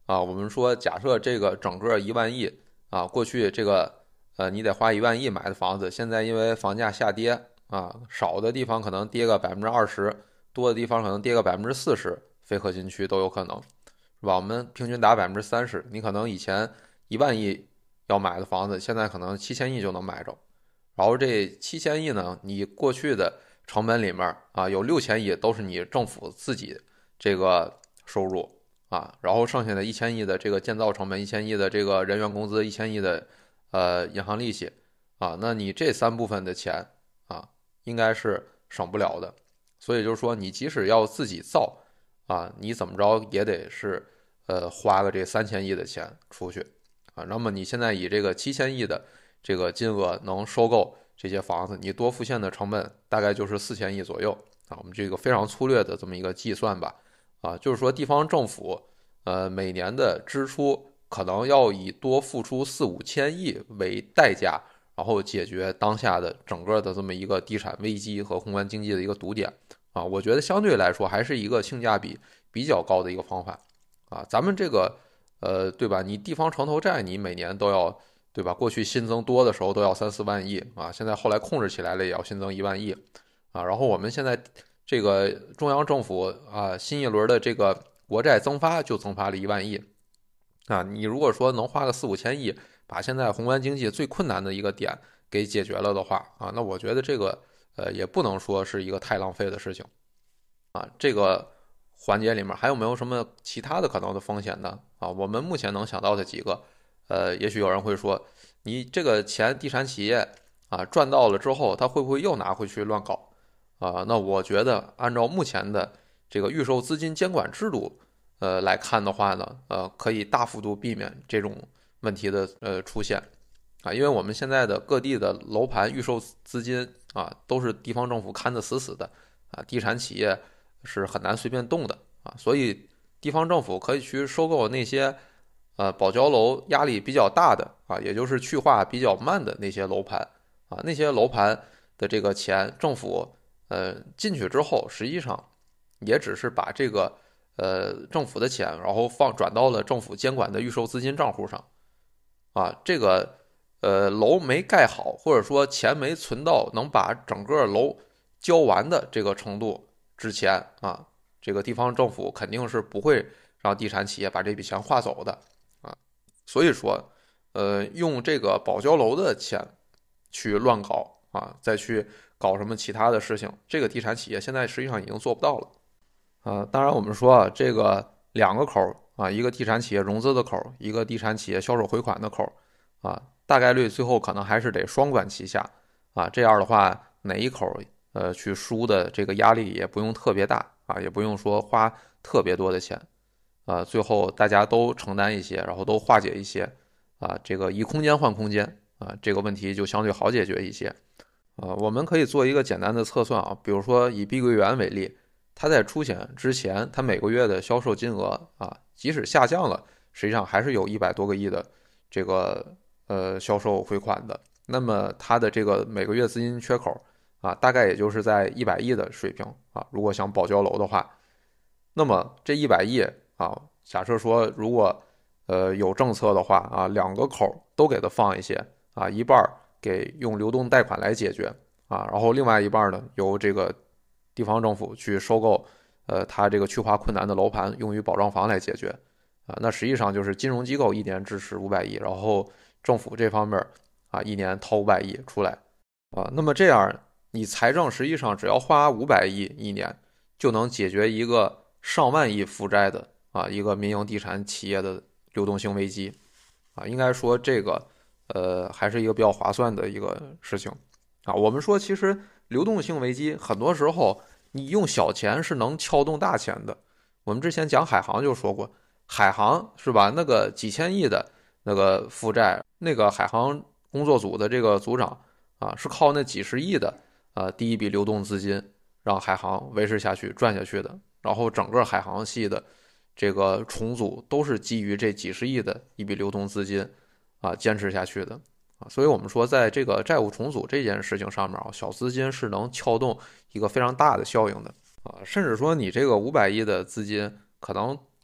啊，我们说假设这个整个1万亿啊，过去这个你得花1万亿买的房子，现在因为房价下跌啊，少的地方可能跌个20%，多的地方可能跌个40%，非核心区都有可能，是吧？我们平均打30%，你可能以前1万亿要买的房子，现在可能7000亿就能买着。然后这7000亿呢，你过去的成本里面啊，有6000亿都是你政府自己这个收入啊，然后剩下的1000亿的这个建造成本，1000亿的这个人员工资，1000亿的银行利息啊，那你这3部分的钱啊，应该是省不了的。所以就是说，你即使要自己造啊，你怎么着也得是花个这3000亿的钱出去啊。那么你现在以这个7000亿的这个金额能收购这些房子，你多付现的成本大概就是4000亿左右啊。我们这个非常粗略的这么一个计算吧，啊，就是说地方政府每年的支出可能要以多付出4、5千亿为代价，然后解决当下的整个的这么一个地产危机和宏观经济的一个堵点啊。我觉得相对来说还是一个性价比比较高的一个方法啊。咱们这个对吧？你地方城投债你每年都要。对吧？过去新增多的时候都要3、4万亿啊，现在后来控制起来了，也要新增1万亿啊。然后我们现在这个中央政府啊，新一轮的这个国债增发就增发了1万亿啊。你如果说能花个4、5千亿，把现在宏观经济最困难的一个点给解决了的话啊，那我觉得这个也不能说是一个太浪费的事情啊。这个环节里面还有没有什么其他的可能的风险呢？啊，我们目前能想到的几个。也许有人会说，你这个钱地产企业啊赚到了之后，他会不会又拿回去乱搞啊？那我觉得按照目前的这个预售资金监管制度来看的话呢，可以大幅度避免这种问题的出现啊，因为我们现在的各地的楼盘预售资金啊都是地方政府看得死死的啊，地产企业是很难随便动的啊，所以地方政府可以去收购那些。保交楼压力比较大的啊，也就是去化比较慢的那些楼盘啊，那些楼盘的这个钱，政府进去之后，实际上也只是把这个政府的钱，然后转到了政府监管的预售资金账户上啊，这个楼没盖好，或者说钱没存到能把整个楼交完的这个程度之前啊，这个地方政府肯定是不会让地产企业把这笔钱划走的。所以说，用这个保交楼的钱去乱搞啊，再去搞什么其他的事情，这个地产企业现在实际上已经做不到了。当然我们说啊，这个2个口啊，一个地产企业融资的口，一个地产企业销售回款的口啊，大概率最后可能还是得双管齐下啊。这样的话，哪一口去输的这个压力也不用特别大啊，也不用说花特别多的钱。最后大家都承担一些，然后都化解一些，这个以空间换空间，这个问题就相对好解决一些。我们可以做一个简单的测算啊，比如说以碧桂园为例，它在出险之前，它每个月的销售金额即使下降了，实际上还是有100多个亿的这个销售回款的。那么它的这个每个月资金缺口大概也就是在100亿的水平如果想保交楼的话，那么这100亿。假设说如果有政策的话2个口都给它放一些一半给用流动贷款来解决然后另外一半呢由这个地方政府去收购它这个去化困难的楼盘用于保障房来解决那实际上就是金融机构1年支持500亿，然后政府这方面1年掏500亿出来那么这样你财政实际上只要花500亿1年就能解决一个上万亿负债的一个民营地产企业的流动性危机应该说这个还是一个比较划算的一个事情我们说其实流动性危机很多时候你用小钱是能撬动大钱的。我们之前讲海航就说过，海航是吧？那个几千亿的那个负债，那个海航工作组的这个组长是靠那几十亿的第一笔流动资金让海航维持下去赚下去的。然后整个海航系的这个重组都是基于这几十亿的一笔流动资金坚持下去的所以我们说在这个债务重组这件事情上面小资金是能撬动一个非常大的效应的甚至说你这个500亿的资金可能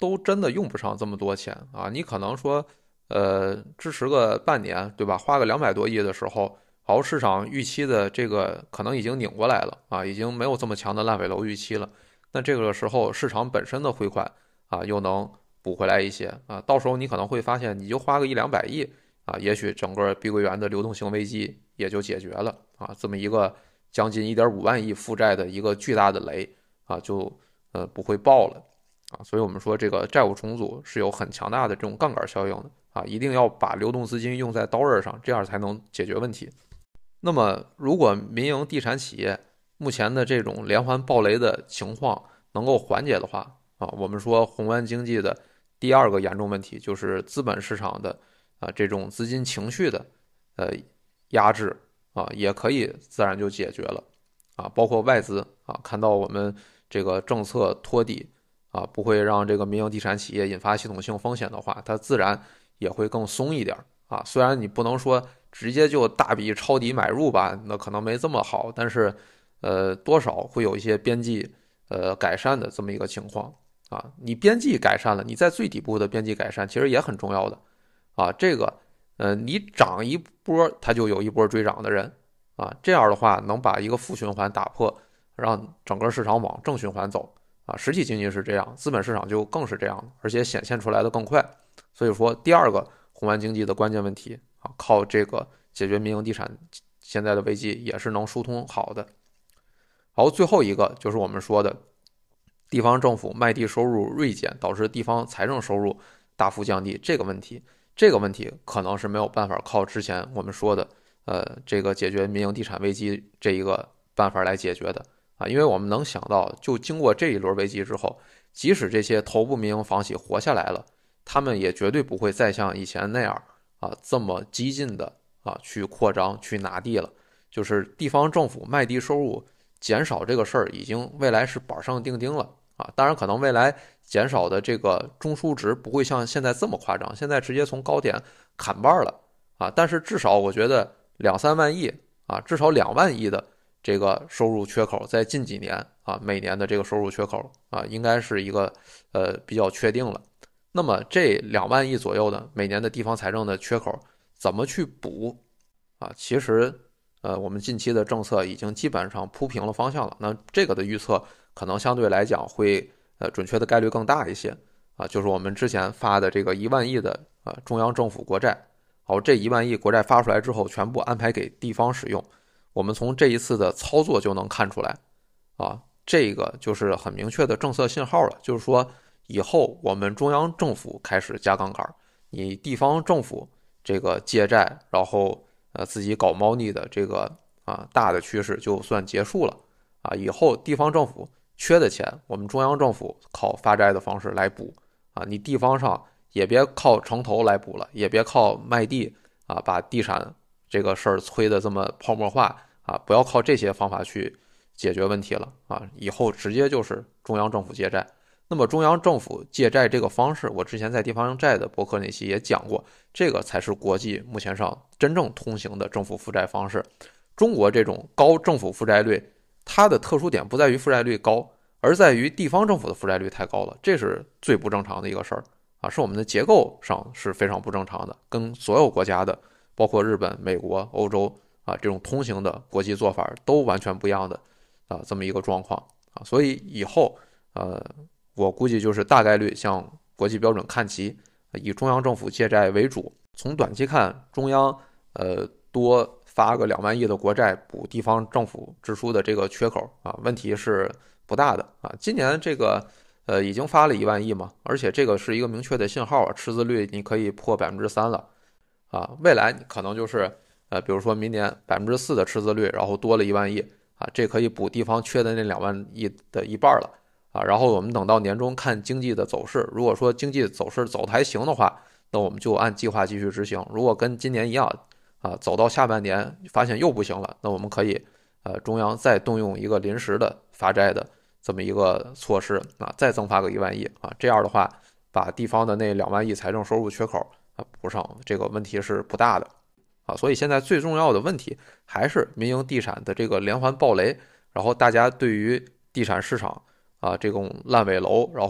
都真的用不上这么多钱啊。你可能说，支持个半年，对吧？花个200多亿的时候，好，市场预期的这个可能已经拧过来了啊，已经没有这么强的烂尾楼预期了。那这个时候市场本身的汇款啊，又能补回来一些啊，到时候你可能会发现，你就花个100-200亿啊，也许整个碧桂园的流动性危机也就解决了啊，这么一个将近1.5万亿负债的一个巨大的雷啊，就不会爆了啊。所以我们说这个债务重组是有很强大的这种杠杆效应的啊，一定要把流动资金用在刀刃上，这样才能解决问题。那么，如果民营地产企业目前的这种连环暴雷的情况能够缓解的话啊，我们说宏观经济的第二个严重问题就是资本市场的这种资金情绪的压制啊，也可以自然就解决了啊，包括外资啊，看到我们这个政策托底啊，不会让这个民营地产企业引发系统性风险的话，它自然也会更松一点啊。虽然你不能说直接就大笔抄底买入吧，那可能没这么好，但是多少会有一些边际改善的这么一个情况啊。你边际改善了，你在最底部的边际改善其实也很重要的啊。这个你涨一波，它就有一波追涨的人啊，这样的话能把一个负循环打破，让整个市场往正循环走啊。实体经济是这样，资本市场就更是这样，而且显现出来的更快。所以说，第二个宏观经济的关键问题啊，靠这个解决民营地产现在的危机也是能疏通好的。好，最后一个就是我们说的地方政府卖地收入锐减，导致地方财政收入大幅降低这个问题。这个问题可能是没有办法靠之前我们说的这个解决民营地产危机这一个办法来解决的啊，因为我们能想到，就经过这一轮危机之后，即使这些头部民营房企活下来了，他们也绝对不会再像以前那样啊这么激进的啊去扩张去拿地了。就是地方政府卖地收入减少这个事儿，已经未来是板上钉钉了啊。当然，可能未来减少的这个中枢值不会像现在这么夸张，现在直接从高点砍半了啊。但是至少我觉得2-3万亿啊，至少2万亿的这个收入缺口，在近几年啊，每年的这个收入缺口啊，应该是一个比较确定了。那么这2万亿左右的每年的地方财政的缺口怎么去补啊？其实我们近期的政策已经基本上铺平了方向了。那这个的预测可能相对来讲会准确的概率更大一些啊，就是我们之前发的这个1万亿的中央政府国债。好，这1万亿国债发出来之后，全部安排给地方使用。我们从这一次的操作就能看出来啊，这个就是很明确的政策信号了，就是说以后我们中央政府开始加杠杆，你地方政府这个借债，然后自己搞猫腻的这个大的趋势就算结束了啊。以后地方政府缺的钱，我们中央政府靠发债的方式来补啊。你地方上也别靠城投来补了，也别靠卖地啊，把地产这个事儿吹得这么泡沫化啊，不要靠这些方法去解决问题了啊。以后直接就是中央政府借债。那么中央政府借债这个方式，我之前在地方债的博客那期也讲过，这个才是国际目前上真正通行的政府负债方式。中国这种高政府负债率，它的特殊点不在于负债率高，而在于地方政府的负债率太高了，这是最不正常的一个事儿啊，是我们的结构上是非常不正常的，跟所有国家的，包括日本、美国、欧洲啊这种通行的国际做法都完全不一样的这么一个状况啊。所以以后我估计就是大概率向国际标准看齐，以中央政府借债为主。从短期看，中央多发个2万亿的国债补地方政府支出的这个缺口啊，问题是不大的啊。今年这个已经发了1万亿嘛，而且这个是一个明确的信号啊，赤字率你可以破3%了啊。未来可能就是比如说明年4%的赤字率，然后多了1万亿啊，这可以补地方缺的那2万亿的一半了。啊，然后我们等到年终看经济的走势，如果说经济走势走得还行的话，那我们就按计划继续执行。如果跟今年一样啊，走到下半年发现又不行了，那我们可以中央再动用一个临时的发债的这么一个措施啊，再增发个1万亿啊，这样的话把地方的那2万亿财政收入缺口补上，这个问题是不大的啊。所以现在最重要的问题还是民营地产的这个连环暴雷，然后大家对于地产市场这种烂尾楼，然后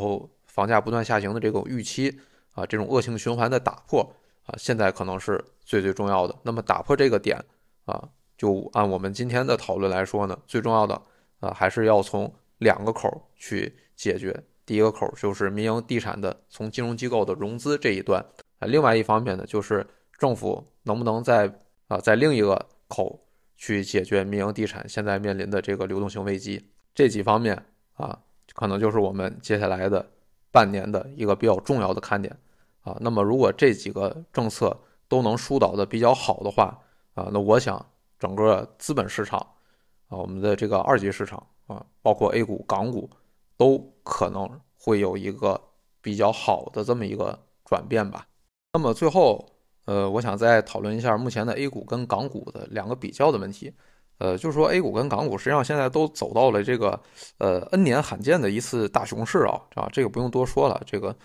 房价不断下行的这种预期啊，这种恶性循环的打破啊，现在可能是最重要的。那么打破这个点啊，就按我们今天的讨论来说呢，最重要的啊还是要从2个口去解决。第一个口就是民营地产的从金融机构的融资这一端啊，另外一方面呢，就是政府能不能在另一个口去解决民营地产现在面临的这个流动性危机。这几方面啊，可能就是我们接下来的半年的一个比较重要的看点啊。那么如果这几个政策都能疏导的比较好的话啊，那我想整个资本市场啊，我们的这个2级市场啊，包括 A 股、港股，都可能会有一个比较好的这么一个转变吧。那么最后我想再讨论一下目前的 A 股跟港股的2个比较的问题。就是说 A 股跟港股实际上现在都走到了这个N 年罕见的一次大熊市啊，这个不用多说了，这个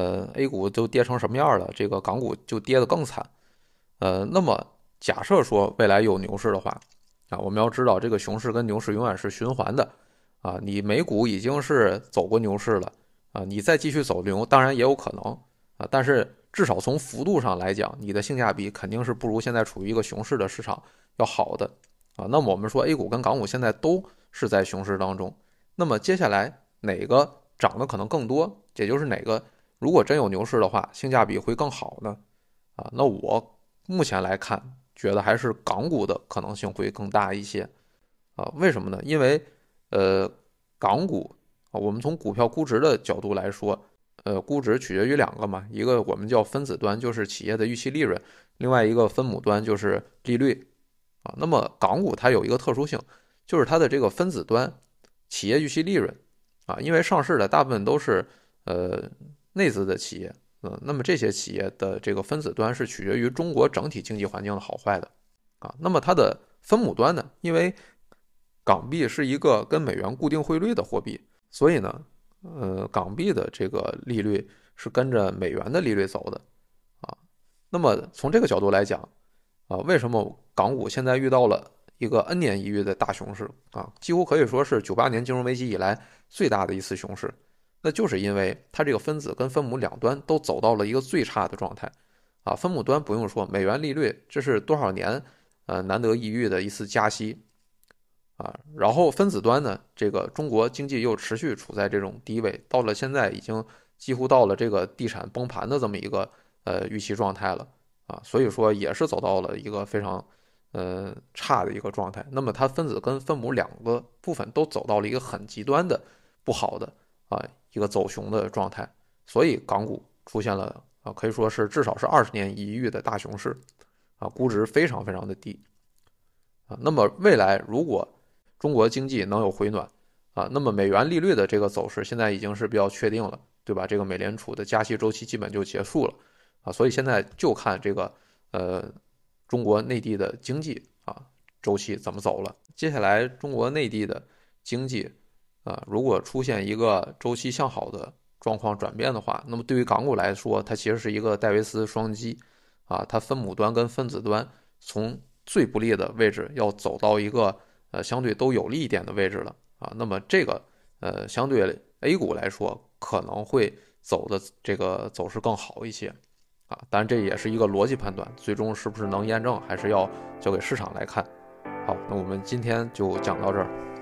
A 股都跌成什么样了，这个港股就跌得更惨。那么假设说未来有牛市的话啊，我们要知道这个熊市跟牛市永远是循环的啊，你美股已经是走过牛市了啊，你再继续走牛当然也有可能啊，但是至少从幅度上来讲，你的性价比肯定是不如现在处于一个熊市的市场要好的啊。那么我们说 A 股跟港股现在都是在熊市当中，那么接下来哪个涨得可能更多，也就是哪个如果真有牛市的话，性价比会更好呢？啊，那我目前来看，觉得还是港股的可能性会更大一些啊。为什么呢？因为港股啊，我们从股票估值的角度来说，估值取决于2个嘛，一个我们叫分子端，就是企业的预期利润，另外一个分母端就是利率啊。那么港股它有一个特殊性，就是它的这个分子端企业预期利润啊，因为上市的大部分都是内资的企业，那么这些企业的这个分子端是取决于中国整体经济环境的好坏的啊。那么它的分母端呢，因为港币是一个跟美元固定汇率的货币，所以呢港币的这个利率是跟着美元的利率走的啊。那么从这个角度来讲啊，为什么港股现在遇到了一个 N 年一遇的大熊市啊，几乎可以说是98年金融危机以来最大的一次熊市，那就是因为它这个分子跟分母2端都走到了一个最差的状态啊。分母端不用说，美元利率这是多少年难得一遇的一次加息啊，然后分子端呢，这个中国经济又持续处在这种低位，到了现在已经几乎到了这个地产崩盘的这么一个预期状态了啊，所以说也是走到了一个非常差的一个状态。那么它分子跟分母2个部分都走到了一个很极端的不好的啊一个走熊的状态，所以港股出现了啊可以说是至少是20年一遇的大熊市啊，估值非常非常的低啊。那么未来如果中国经济能有回暖啊，那么美元利率的这个走势现在已经是比较确定了，对吧？这个美联储的加息周期基本就结束了啊，所以现在就看这个中国内地的经济啊周期怎么走了。接下来中国内地的经济啊，如果出现一个周期向好的状况转变的话，那么对于港股来说，它其实是一个戴维斯双击啊，它分母端跟分子端从最不利的位置要走到一个相对都有利一点的位置了啊。那么这个相对 A 股来说可能会走的这个走势更好一些啊。当然这也是一个逻辑判断，最终是不是能验证还是要交给市场来看。好，那我们今天就讲到这儿。